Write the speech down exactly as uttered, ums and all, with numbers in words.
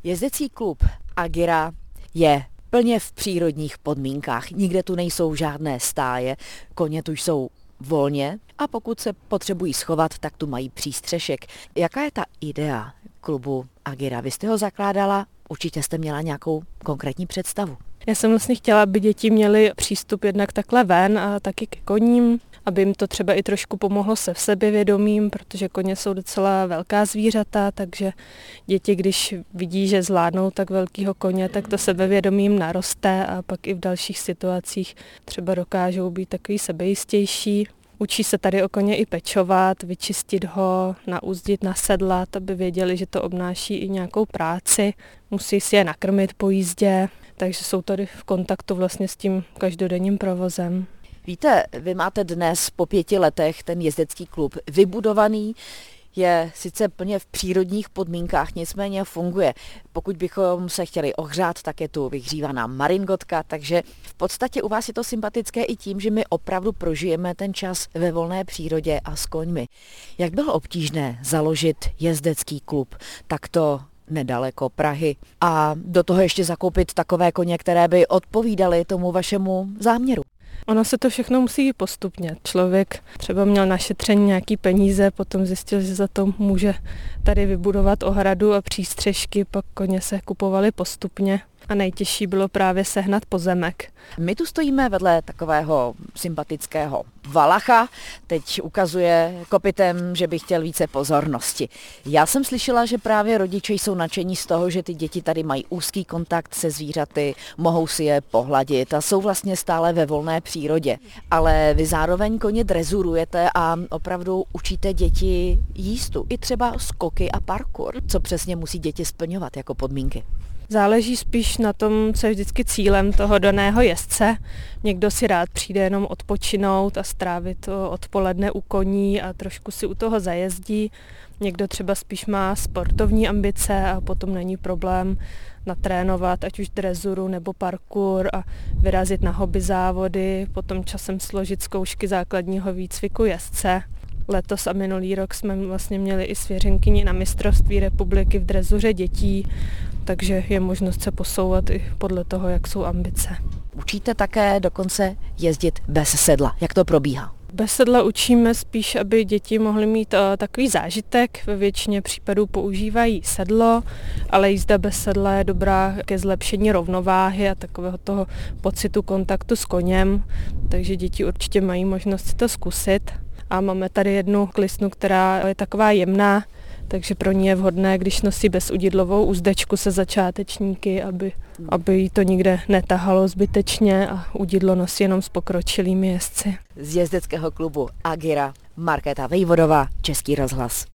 Jezdecký klub Agira je plně v přírodních podmínkách. Nikde tu nejsou žádné stáje, koně tu jsou volně a pokud se potřebují schovat, tak tu mají přístřešek. Jaká je ta idea klubu Agira? Vy jste ho zakládala, určitě jste měla nějakou konkrétní představu. Já jsem vlastně chtěla, aby děti měly přístup jednak takhle ven a taky ke koním, aby jim to třeba i trošku pomohlo se v sebevědomím, protože koně jsou docela velká zvířata, takže děti, když vidí, že zvládnou tak velkýho koně, tak to sebevědomím naroste a pak i v dalších situacích třeba dokážou být takový sebejistější. Učí se tady o koně i pečovat, vyčistit ho, nauzdit, nasedlat, aby věděli, že to obnáší i nějakou práci. Musí si je nakrmit po jízdě, takže jsou tady v kontaktu vlastně s tím každodenním provozem. Víte, vy máte dnes po pěti letech ten jezdecký klub vybudovaný, je sice plně v přírodních podmínkách, nicméně funguje. Pokud bychom se chtěli ohřát, tak je tu vyhřívaná maringotka, takže v podstatě u vás je to sympatické i tím, že my opravdu prožijeme ten čas ve volné přírodě a s koňmi. Jak bylo obtížné založit jezdecký klub takto nedaleko Prahy a do toho ještě zakoupit takové koně, které by odpovídaly tomu vašemu záměru? Ono se to všechno musí postupně. Člověk třeba měl našetření nějaký peníze, potom zjistil, že za to může tady vybudovat ohradu a přístřešky, pak koně se kupovaly postupně a nejtěžší bylo právě sehnat pozemek. My tu stojíme vedle takového sympatického valacha, teď ukazuje kopytem, že by chtěl více pozornosti. Já jsem slyšela, že právě rodiče jsou nadšení z toho, že ty děti tady mají úzký kontakt se zvířaty, mohou si je pohladit a jsou vlastně stále ve volné přírodě. Ale vy zároveň koně drezurujete a opravdu učíte děti jízdu, i třeba skoky a parkour. Co přesně musí děti splňovat jako podmínky? Záleží spíš na tom, co je vždycky cílem toho daného jezdce. Někdo si rád přijde jenom odpočinout a strávit odpoledne u koní a trošku si u toho zajezdí. Někdo třeba spíš má sportovní ambice a potom není problém natrénovat ať už drezuru nebo parkour a vyrazit na hobby závody, potom časem složit zkoušky základního výcviku jezdce. Letos a minulý rok jsme vlastně měli i svěřenkyni na mistrovství republiky v drezuře dětí, takže je možnost se posouvat i podle toho, jak jsou ambice. Učíte také dokonce jezdit bez sedla. Jak to probíhá? Bez sedla učíme spíš, aby děti mohly mít uh, takový zážitek. Ve většině případů používají sedlo, ale jízda bez sedla je dobrá ke zlepšení rovnováhy a takového toho pocitu kontaktu s koněm, takže děti určitě mají možnost si to zkusit. A máme tady jednu klisnu, která je taková jemná, takže pro ní je vhodné, když nosí bezudidlovou uzdečku se začátečníky, aby, aby jí to nikde netahalo zbytečně a udidlo nosí jenom s pokročilými jezdci. Z jezdeckého klubu Agira Markéta Vejvodová, Český rozhlas.